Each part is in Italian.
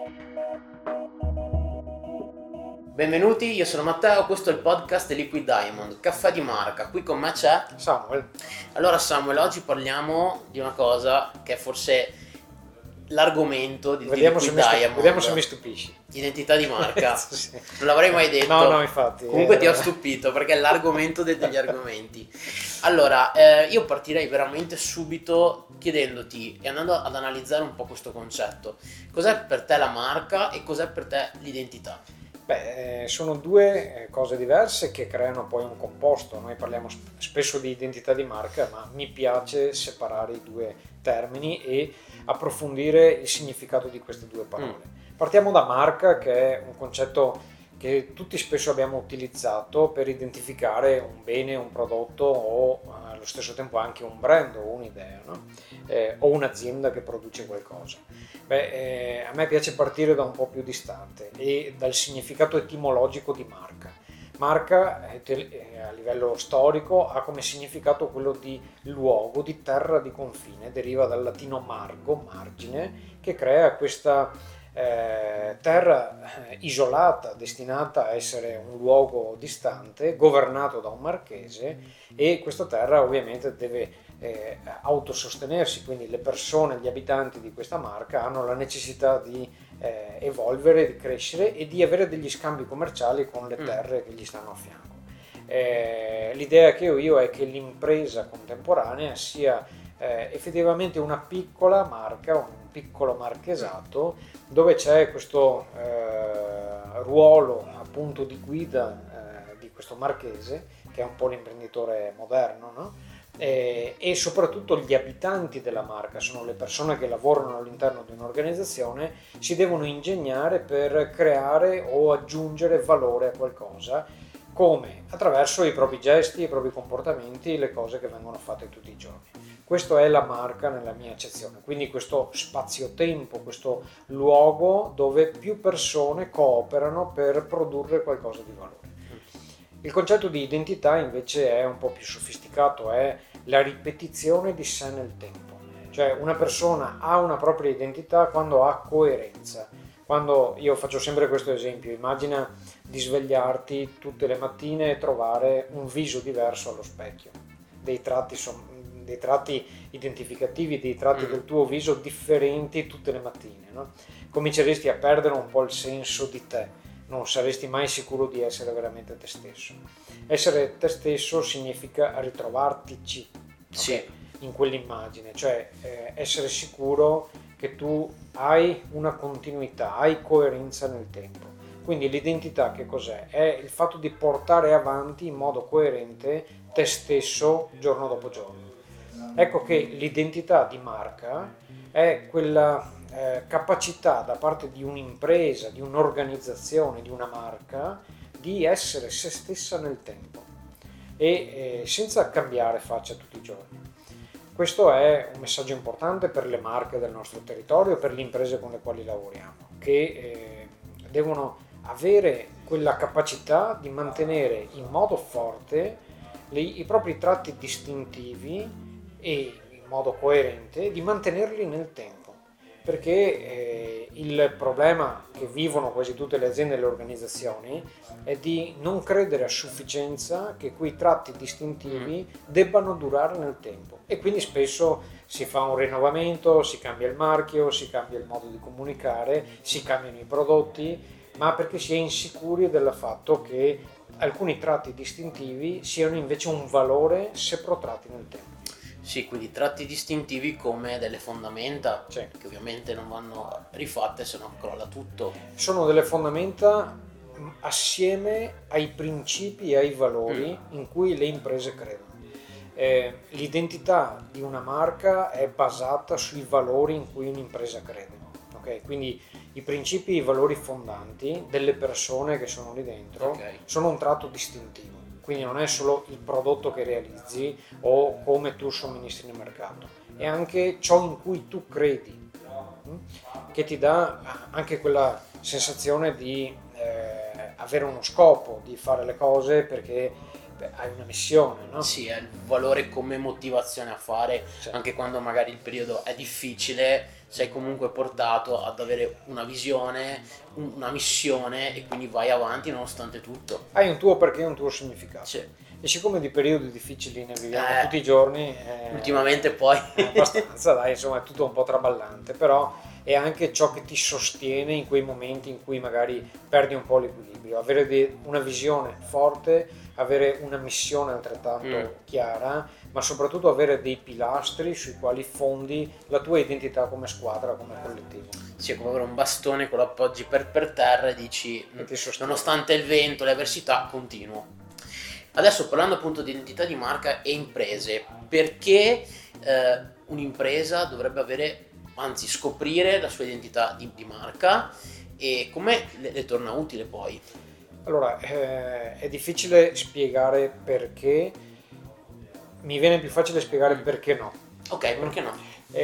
Benvenuti, io sono Matteo, questo è il podcast Liquid Diamond, caffè di marca. Qui con me c'è Samuel. Allora Samuel, oggi parliamo di una cosa che è forse l'argomento di Liquid Diamond. Vediamo se mi stupisci. Identità di marca. Sì. Non l'avrei mai detto. No, infatti. Comunque ti ho stupito perché è l'argomento degli argomenti. Allora, io partirei veramente subito chiedendoti e andando ad analizzare un po' questo concetto. Cos'è per te la marca e cos'è per te l'identità? Sono due cose diverse che creano poi un composto. Noi parliamo spesso di identità di marca, ma mi piace separare i due termini e approfondire il significato di queste due parole. Partiamo da marca, che è un concetto che tutti spesso abbiamo utilizzato per identificare un bene, un prodotto o allo stesso tempo anche un brand o un'idea, no? O un'azienda che produce qualcosa. A me piace partire da un po' più distante e dal significato etimologico di marca. Marca a livello storico ha come significato quello di luogo, di terra di confine, deriva dal latino margo, margine, che crea questa terra isolata, destinata a essere un luogo distante, governato da un marchese, e questa terra ovviamente deve autosostenersi, quindi le persone, gli abitanti di questa marca hanno la necessità di evolvere, di crescere e di avere degli scambi commerciali con le terre che gli stanno a fianco. L'idea che ho io è che l'impresa contemporanea sia effettivamente una piccola marca, un piccolo marchesato, dove c'è questo ruolo appunto di guida di questo marchese, che è un po' l'imprenditore moderno, no? E soprattutto gli abitanti della marca, sono le persone che lavorano all'interno di un'organizzazione, si devono ingegnare per creare o aggiungere valore a qualcosa, come attraverso i propri gesti, i propri comportamenti, le cose che vengono fatte tutti i giorni. Questo è la marca nella mia accezione, quindi questo spazio-tempo, questo luogo dove più persone cooperano per produrre qualcosa di valore. Il concetto di identità invece è un po' più sofisticato, è la ripetizione di sé nel tempo. Cioè una persona ha una propria identità quando ha coerenza. Quando io faccio sempre questo esempio, immagina di svegliarti tutte le mattine e trovare un viso diverso allo specchio, dei tratti identificativi, dei tratti del tuo viso differenti tutte le mattine, no? Cominceresti a perdere un po' il senso di te. Non saresti mai sicuro di essere veramente te stesso. Essere te stesso significa ritrovartici, okay? In quell'immagine, cioè essere sicuro che tu hai una continuità, hai coerenza nel tempo. Quindi l'identità che cos'è? È il fatto di portare avanti in modo coerente te stesso giorno dopo giorno. Ecco che l'identità di marca è quella capacità da parte di un'impresa, di un'organizzazione, di una marca, di essere se stessa nel tempo e senza cambiare faccia tutti i giorni. Questo è un messaggio importante per le marche del nostro territorio, per le imprese con le quali lavoriamo, che devono avere quella capacità di mantenere in modo forte i propri tratti distintivi e in modo coerente di mantenerli nel tempo. Perché il problema che vivono quasi tutte le aziende e le organizzazioni è di non credere a sufficienza che quei tratti distintivi debbano durare nel tempo, e quindi spesso si fa un rinnovamento, si cambia il marchio, si cambia il modo di comunicare, si cambiano i prodotti, ma perché si è insicuri del fatto che alcuni tratti distintivi siano invece un valore se protratti nel tempo. Sì, quindi tratti distintivi come delle fondamenta, sì, che ovviamente non vanno rifatte, se no crolla tutto. Sono delle fondamenta assieme ai principi e ai valori in cui le imprese credono. L'identità di una marca è basata sui valori in cui un'impresa crede. Okay? Quindi i principi e i valori fondanti delle persone che sono lì dentro sono un tratto distintivo. Quindi non è solo il prodotto che realizzi o come tu somministri nel mercato, è anche ciò in cui tu credi, che ti dà anche quella sensazione di avere uno scopo, di fare le cose perché hai una missione, no? Sì, è il valore come motivazione a fare, anche quando magari il periodo è difficile, sei comunque portato ad avere una visione, una missione e quindi vai avanti nonostante tutto. Hai un tuo perché e un tuo significato. Sì. E siccome di periodi difficili ne viviamo tutti i Eh, giorni, ultimamente poi abbastanza, dai, insomma, è tutto un po' traballante, però è anche ciò che ti sostiene in quei momenti in cui magari perdi un po' l'equilibrio. Avere una visione forte, avere una missione altrettanto chiara, ma soprattutto avere dei pilastri sui quali fondi la tua identità come squadra, come collettivo. sì, è come avere un bastone con lo appoggi per terra e dici, Che ti sostiene. nonostante il vento, le avversità, continuo. Adesso parlando appunto di identità di marca e imprese, perché un'impresa dovrebbe avere, anzi scoprire la sua identità di marca e come le torna utile poi? Allora, è difficile spiegare perché, mi viene più facile spiegare perché no. Ok, perché no?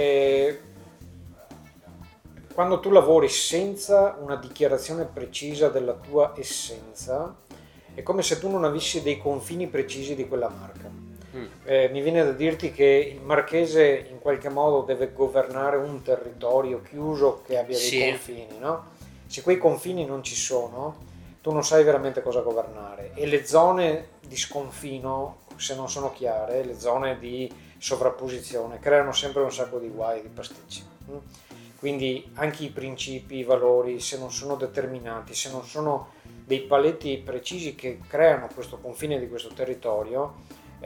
Quando tu lavori senza una dichiarazione precisa della tua essenza, è come se tu non avessi dei confini precisi di quella marca. Mi viene da dirti che il marchese in qualche modo deve governare un territorio chiuso che abbia dei confini, no? Se quei confini non ci sono, tu non sai veramente cosa governare, e le zone di sconfino, se non sono chiare, le zone di sovrapposizione, creano sempre un sacco di guai, di pasticci. Quindi anche i principi, i valori, se non sono determinati, se non sono dei paletti precisi che creano questo confine di questo territorio,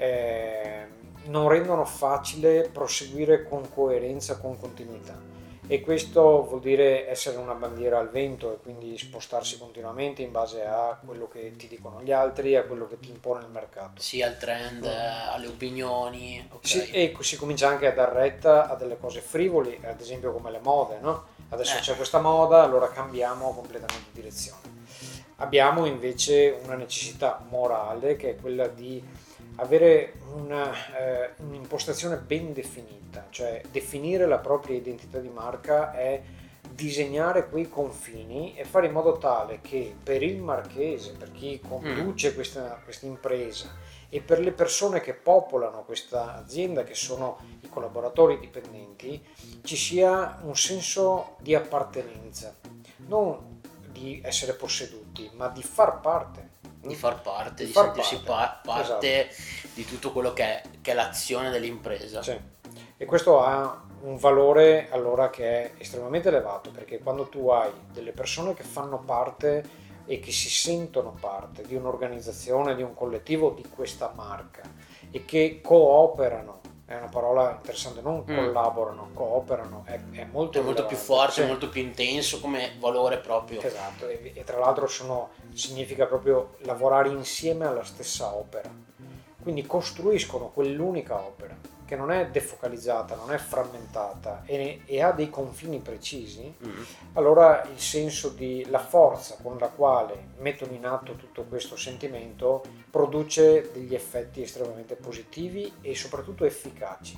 non rendono facile proseguire con coerenza, con continuità. E questo vuol dire essere una bandiera al vento e quindi spostarsi continuamente in base a quello che ti dicono gli altri, a quello che ti impone il mercato. Sì, al trend, alle opinioni. Okay. Sì, e si comincia anche a dar retta a delle cose frivoli, ad esempio come le mode, no? Adesso c'è questa moda, allora cambiamo completamente direzione. Abbiamo invece una necessità morale che è quella di avere un'impostazione ben definita, cioè definire la propria identità di marca è disegnare quei confini e fare in modo tale che per il marchese, per chi conduce questa impresa e per le persone che popolano questa azienda, che sono i collaboratori dipendenti, ci sia un senso di appartenenza, non di essere posseduti, ma di far parte. Di far parte, di sentirsi parte esatto. Di tutto quello che è l'azione dell'impresa. Sì. E questo ha un valore allora che è estremamente elevato, perché quando tu hai delle persone che fanno parte e che si sentono parte di un'organizzazione, di un collettivo, di questa marca e che cooperano, è una parola interessante, non collaborano, cooperano, è molto più forte, molto più intenso come valore proprio. Esatto, e tra l'altro significa proprio lavorare insieme alla stessa opera, quindi costruiscono quell'unica opera che non è defocalizzata, non è frammentata e ha dei confini precisi. Allora il senso di la forza con la quale mettono in atto tutto questo sentimento produce degli effetti estremamente positivi e soprattutto efficaci.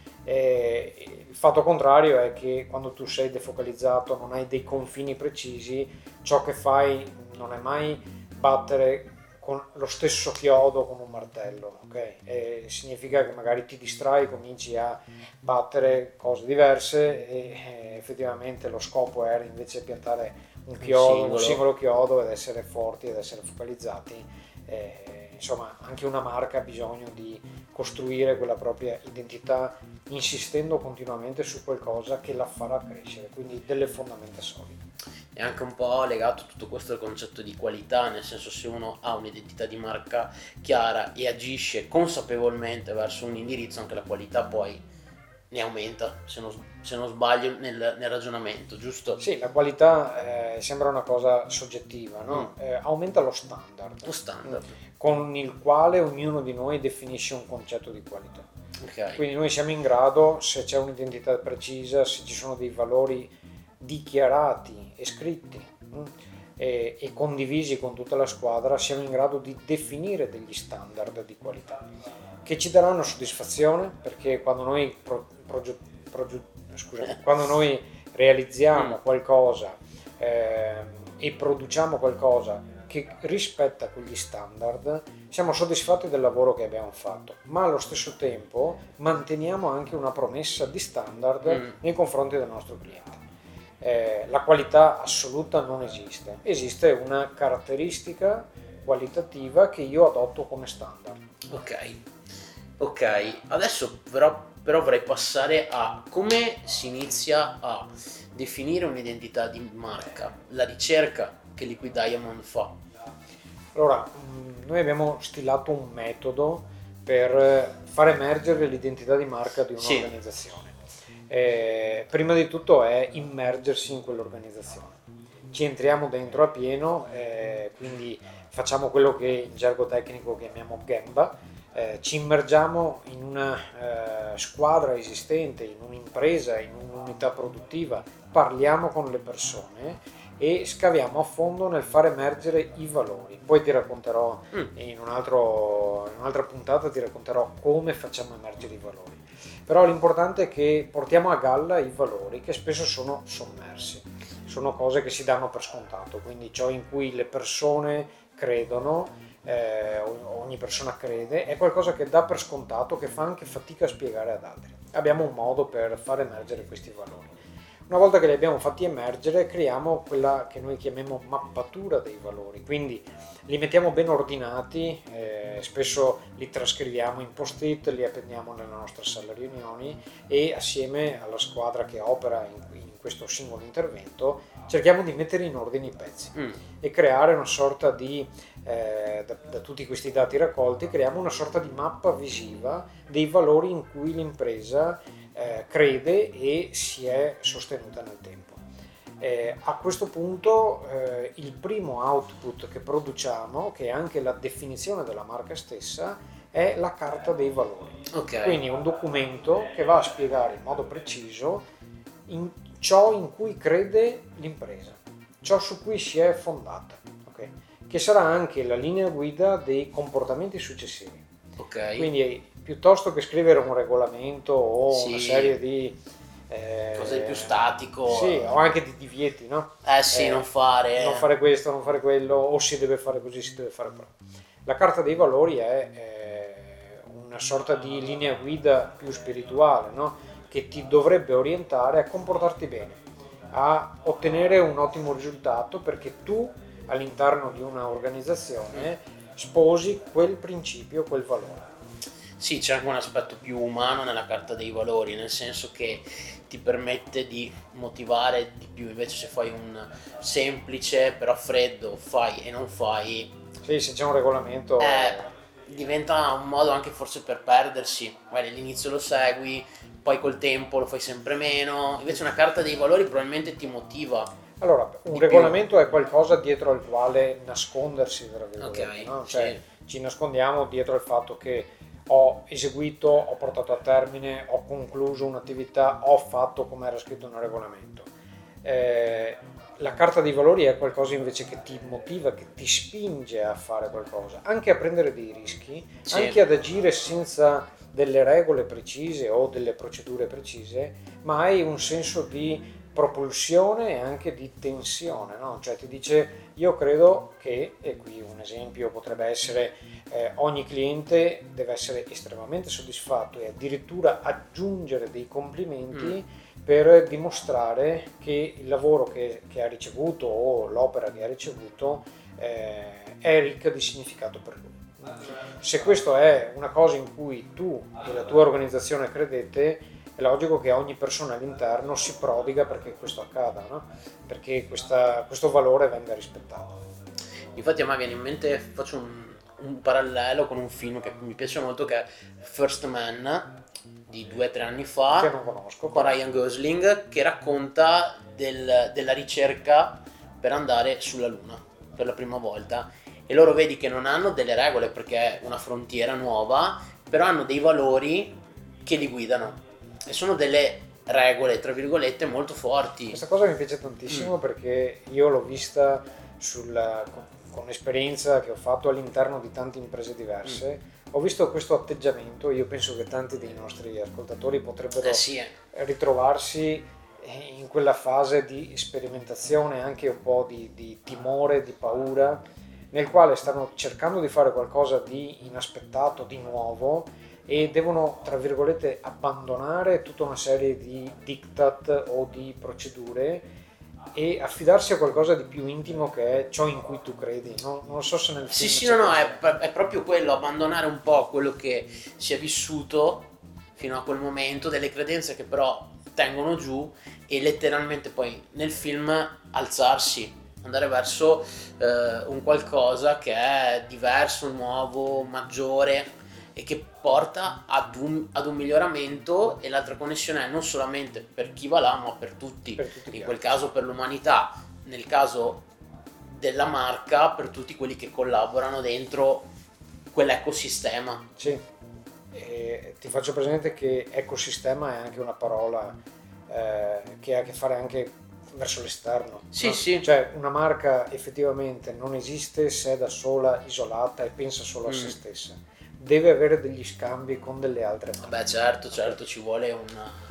Il fatto contrario è che quando tu sei defocalizzato, non hai dei confini precisi, ciò che fai non è mai battere con lo stesso chiodo con un martello, ok? Significa che magari ti distrai, cominci a battere cose diverse e effettivamente lo scopo era invece piantare un singolo chiodo ed essere forti ed essere focalizzati. Insomma, anche una marca ha bisogno di costruire quella propria identità insistendo continuamente su qualcosa che la farà crescere, quindi delle fondamenta solide. È anche un po' legato a tutto questo al concetto di qualità, nel senso, se uno ha un'identità di marca chiara e agisce consapevolmente verso un indirizzo, anche la qualità poi ne aumenta, se non sbaglio nel ragionamento, giusto? Sì, la qualità sembra una cosa soggettiva, no? Aumenta lo standard con il quale ognuno di noi definisce un concetto di qualità. Okay. Quindi noi siamo in grado, se c'è un'identità precisa, se ci sono dei valori dichiarati e scritti e condivisi con tutta la squadra, siamo in grado di definire degli standard di qualità che ci daranno soddisfazione, perché quando noi quando noi realizziamo qualcosa e produciamo qualcosa che rispetta quegli standard, siamo soddisfatti del lavoro che abbiamo fatto, ma allo stesso tempo manteniamo anche una promessa di standard nei confronti del nostro cliente. La qualità assoluta non esiste, esiste una caratteristica qualitativa che io adotto come standard. Ok, adesso però vorrei passare a come si inizia a definire un'identità di marca, la ricerca che Liquid Diamond fa. Allora, noi abbiamo stilato un metodo per far emergere l'identità di marca di un'organizzazione. Prima di tutto è immergersi in quell'organizzazione. Ci entriamo dentro a pieno, quindi facciamo quello che in gergo tecnico chiamiamo Gemba. Ci immergiamo in una squadra esistente, in un'impresa, in un'unità produttiva, parliamo con le persone e scaviamo a fondo nel far emergere i valori. Poi ti racconterò in un'altra puntata, ti racconterò come facciamo emergere i valori. Però l'importante è che portiamo a galla i valori che spesso sono sommersi, sono cose che si danno per scontato, quindi ciò in cui le persone credono, ogni persona crede, è qualcosa che dà per scontato, che fa anche fatica a spiegare ad altri. Abbiamo un modo per far emergere questi valori. Una volta che li abbiamo fatti emergere, creiamo quella che noi chiamiamo mappatura dei valori, quindi li mettiamo ben ordinati, spesso li trascriviamo in post-it, li appendiamo nella nostra sala riunioni e assieme alla squadra che opera in questo singolo intervento cerchiamo di mettere in ordine i pezzi e creare una sorta di, da tutti questi dati raccolti, creiamo una sorta di mappa visiva dei valori in cui l'impresa crede e si è sostenuta nel tempo. A questo punto il primo output che produciamo, che è anche la definizione della marca stessa, è la carta dei valori. Quindi un documento che va a spiegare in modo preciso ciò in cui crede l'impresa, ciò su cui si è fondata, che sarà anche la linea guida dei comportamenti successivi. Quindi piuttosto che scrivere un regolamento o una serie di cose più statico, o anche di divieti, no? Non fare questo, non fare quello, o si deve fare così, si deve fare quello. La carta dei valori è una sorta di linea guida più spirituale, no? Che ti dovrebbe orientare a comportarti bene, a ottenere un ottimo risultato, perché tu all'interno di una organizzazione sposi quel principio, quel valore. Sì, c'è anche un aspetto più umano nella carta dei valori, nel senso che ti permette di motivare di più. Invece se fai un semplice però freddo, fai e non fai, sì, se c'è un regolamento diventa un modo anche forse per perdersi. Magari all'inizio lo segui, poi col tempo lo fai sempre meno. Invece una carta dei valori probabilmente ti motiva. Allora, un regolamento è qualcosa dietro al quale nascondersi, tra virgolette, no? Cioè, ci nascondiamo dietro al fatto che ho eseguito, ho portato a termine, ho concluso un'attività, ho fatto come era scritto nel regolamento. La carta dei valori è qualcosa invece che ti motiva, che ti spinge a fare qualcosa, anche a prendere dei rischi, anche ad agire senza delle regole precise o delle procedure precise, ma hai un senso di propulsione e anche di tensione, no? Cioè ti dice: io credo che, e qui un esempio potrebbe essere ogni cliente deve essere estremamente soddisfatto e addirittura aggiungere dei complimenti per dimostrare che il lavoro che ha ricevuto o l'opera che ha ricevuto è ricca di significato per lui. Se questo è una cosa in cui tu e la tua organizzazione credete, è logico che ogni persona all'interno si prodiga perché questo accada, no? Perché questo valore venga rispettato. Infatti a me viene in mente, faccio un parallelo con un film che mi piace molto, che è First Man di 2 o 3 anni fa, che non conosco, con Ryan Gosling, che racconta della ricerca per andare sulla Luna per la prima volta, e loro vedi che non hanno delle regole perché è una frontiera nuova, però hanno dei valori che li guidano e sono delle regole tra virgolette molto forti. Questa cosa mi piace tantissimo perché io l'ho vista con esperienza che ho fatto all'interno di tante imprese diverse. Ho visto questo atteggiamento, io penso che tanti dei nostri ascoltatori potrebbero ritrovarsi in quella fase di sperimentazione, anche un po' di timore, di paura, nel quale stanno cercando di fare qualcosa di inaspettato, di nuovo, e devono, tra virgolette, abbandonare tutta una serie di diktat o di procedure e affidarsi a qualcosa di più intimo, che è ciò in cui tu credi. Non so se nel film Sì, no, è proprio quello, abbandonare un po' quello che si è vissuto fino a quel momento, delle credenze che però tengono giù, e letteralmente poi nel film alzarsi, andare verso un qualcosa che è diverso, nuovo, maggiore, e che porta ad un miglioramento. E l'altra connessione è non solamente per chi va là, ma per tutti, in quel caso per l'umanità, nel caso della marca per tutti quelli che collaborano dentro quell'ecosistema. Sì, e ti faccio presente che ecosistema è anche una parola che ha a che fare anche verso l'esterno. Sì, no? sì. Cioè una marca effettivamente non esiste se è da sola, isolata e pensa solo a se stessa. Deve avere degli scambi con delle altre marche. Beh, certo, ci vuole un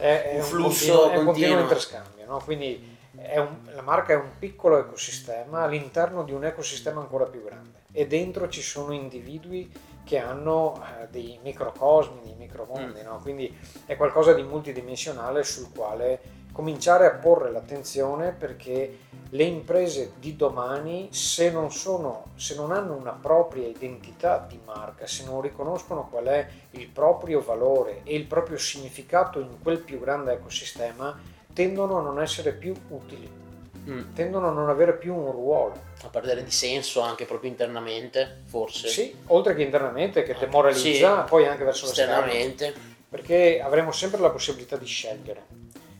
flusso continuo. continuo interscambio, no? Quindi la marca è un piccolo ecosistema all'interno di un ecosistema ancora più grande, e dentro ci sono individui che hanno dei microcosmi, dei micromondi, no? Quindi è qualcosa di multidimensionale sul quale cominciare a porre l'attenzione, perché le imprese di domani, se non hanno una propria identità di marca, se non riconoscono qual è il proprio valore e il proprio significato in quel più grande ecosistema, tendono a non essere più utili, tendono a non avere più un ruolo. A perdere di senso anche proprio internamente, forse. Sì, oltre che internamente, che demoralizza, sì, poi anche verso esternamente. Perché avremo sempre la possibilità di scegliere,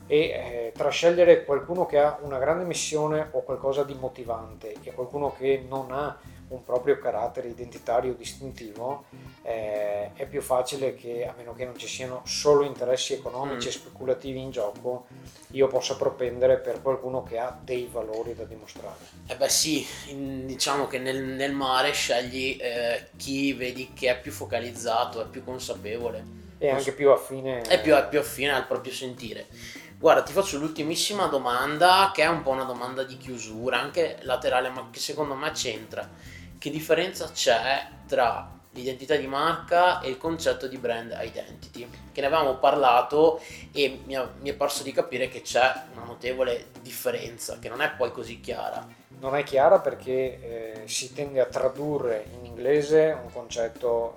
e tra scegliere qualcuno che ha una grande missione o qualcosa di motivante e qualcuno che non ha un proprio carattere identitario distintivo, è più facile che, a meno che non ci siano solo interessi economici e speculativi in gioco, io possa propendere per qualcuno che ha dei valori da dimostrare. Beh sì, diciamo che nel mare scegli chi vedi che è più focalizzato, è più consapevole. E anche più affine. È più affine al proprio sentire. Guarda, ti faccio l'ultimissima domanda, che è un po' una domanda di chiusura, anche laterale, ma che secondo me c'entra. Che differenza c'è tra l'identità di marca e il concetto di brand identity? Che ne avevamo parlato e mi è parso di capire che c'è una notevole differenza, che non è poi così chiara. Non è chiara perché si tende a tradurre in inglese un concetto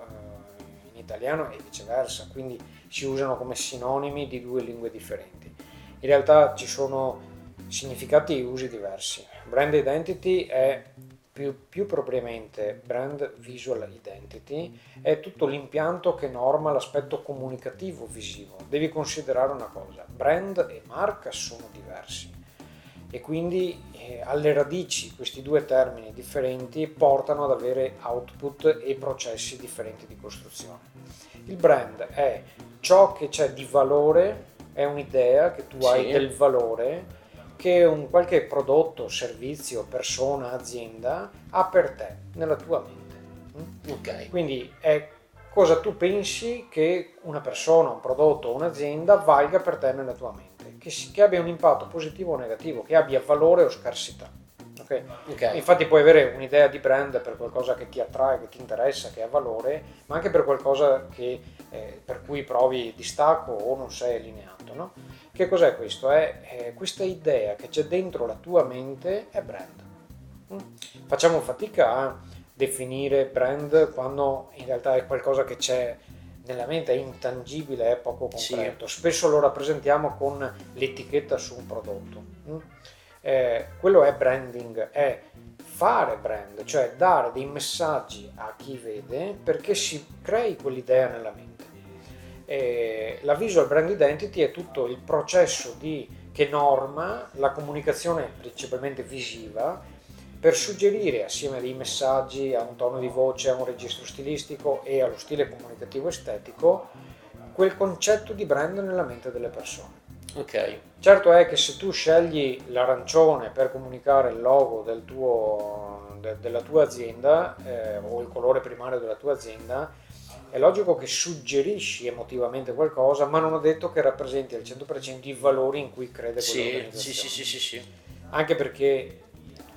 in italiano e viceversa, quindi si usano come sinonimi di due lingue differenti. In realtà ci sono significati e usi diversi. Brand identity è più propriamente brand visual identity, è tutto l'impianto che norma l'aspetto comunicativo visivo. Devi considerare una cosa: brand e marca sono diversi, e quindi alle radici questi due termini differenti portano ad avere output e processi differenti di costruzione. Il brand è ciò che c'è di valore, è un'idea che tu hai del valore che un qualche prodotto, servizio, persona, azienda ha per te, nella tua mente. Ok. Quindi è cosa tu pensi che una persona, un prodotto o un'azienda valga per te nella tua mente, che abbia un impatto positivo o negativo, che abbia valore o scarsità. Okay? Infatti puoi avere un'idea di brand per qualcosa che ti attrae, che ti interessa, che ha valore, ma anche per qualcosa che, per cui provi distacco o non sei allineato, no? Che cos'è questo? È questa idea che c'è dentro la tua mente è brand. Facciamo fatica a definire brand quando in realtà è qualcosa che c'è nella mente, è intangibile, è poco concreto. Sì. Spesso lo rappresentiamo con l'etichetta su un prodotto. Quello è branding, è fare brand, cioè dare dei messaggi a chi vede perché si crei quell'idea nella mente. La visual brand identity è tutto il processo che norma la comunicazione principalmente visiva, per suggerire, assieme a dei messaggi, a un tono di voce, a un registro stilistico e allo stile comunicativo estetico, quel concetto di brand nella mente delle persone. Ok. Certo è che se tu scegli l'arancione per comunicare il logo della tua azienda o il colore primario della tua azienda, è logico che suggerisci emotivamente qualcosa, ma non ho detto che rappresenti al 100% i valori in cui crede quell'organizzazione. Sì. Anche perché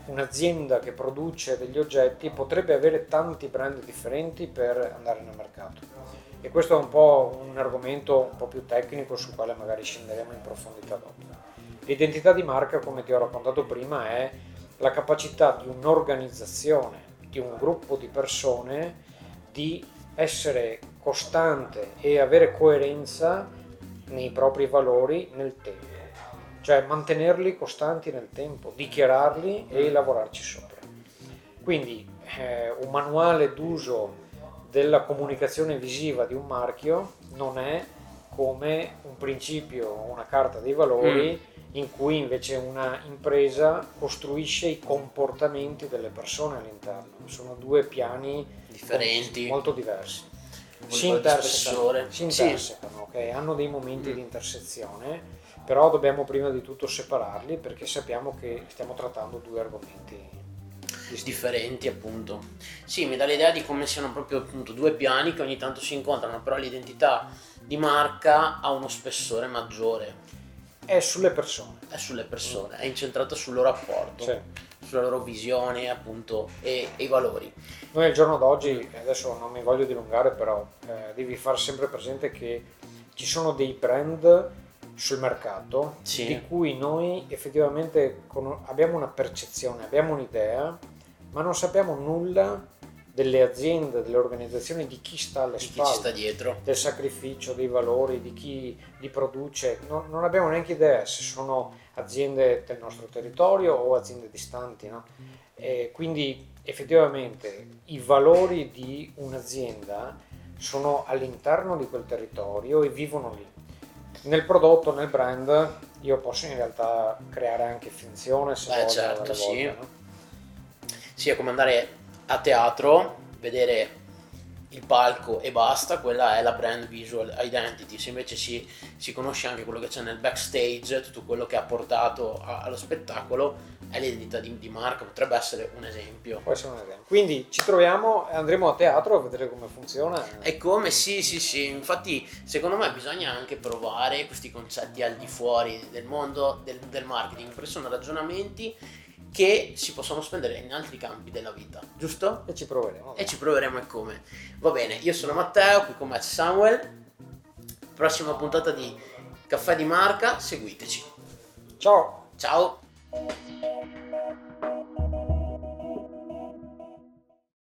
un'azienda che produce degli oggetti potrebbe avere tanti brand differenti per andare nel mercato. E questo è un po' un argomento un po' più tecnico sul quale magari scenderemo in profondità dopo. L'identità di marca, come ti ho raccontato prima, è la capacità di un'organizzazione, di un gruppo di persone di essere costante e avere coerenza nei propri valori nel tempo, cioè mantenerli costanti nel tempo, dichiararli e lavorarci sopra. Quindi un manuale d'uso della comunicazione visiva di un marchio non è come un principio, una carta dei valori in cui invece una impresa costruisce i comportamenti delle persone all'interno. Sono due piani differenti, molto diversi. Si intersecano, okay? Hanno dei momenti di intersezione, però dobbiamo prima di tutto separarli perché sappiamo che stiamo trattando due argomenti differenti, appunto. Sì, mi dà l'idea di come siano proprio appunto due piani che ogni tanto si incontrano, però l'identità di marca ha uno spessore maggiore. È sulle persone. È sulle persone, è incentrata sul loro rapporto, sì, sulla loro visione, appunto, e i valori. Noi al giorno d'oggi, adesso non mi voglio dilungare, però devi far sempre presente che ci sono dei brand sul mercato di cui noi effettivamente abbiamo una percezione, abbiamo un'idea, ma non sappiamo nulla delle aziende, delle organizzazioni, di chi sta alle spalle, chi ci sta dietro, del sacrificio, dei valori, di chi li produce. Non abbiamo neanche idea se sono aziende del nostro territorio o aziende distanti, no? E quindi effettivamente i valori di un'azienda sono all'interno di quel territorio e vivono lì. Nel prodotto, nel brand, io posso in realtà creare anche finzione se voglio, certo, volte, sì. no? Sì, è come andare a teatro, vedere il palco e basta, quella è la brand visual identity. Se invece si conosce anche quello che c'è nel backstage, tutto quello che ha portato allo spettacolo, è l'identità di marca, potrebbe essere un esempio. Può essere un esempio. Quindi ci troviamo, andremo a teatro a vedere come funziona. E come? Sì, infatti secondo me bisogna anche provare questi concetti al di fuori del mondo del marketing, perché sono ragionamenti che si possono spendere in altri campi della vita, giusto? E ci proveremo. E ci proveremo e come. Va bene, io sono Matteo, qui con me c'è Samuel. Prossima puntata di Caffè di Marca, seguiteci. Ciao! Ciao!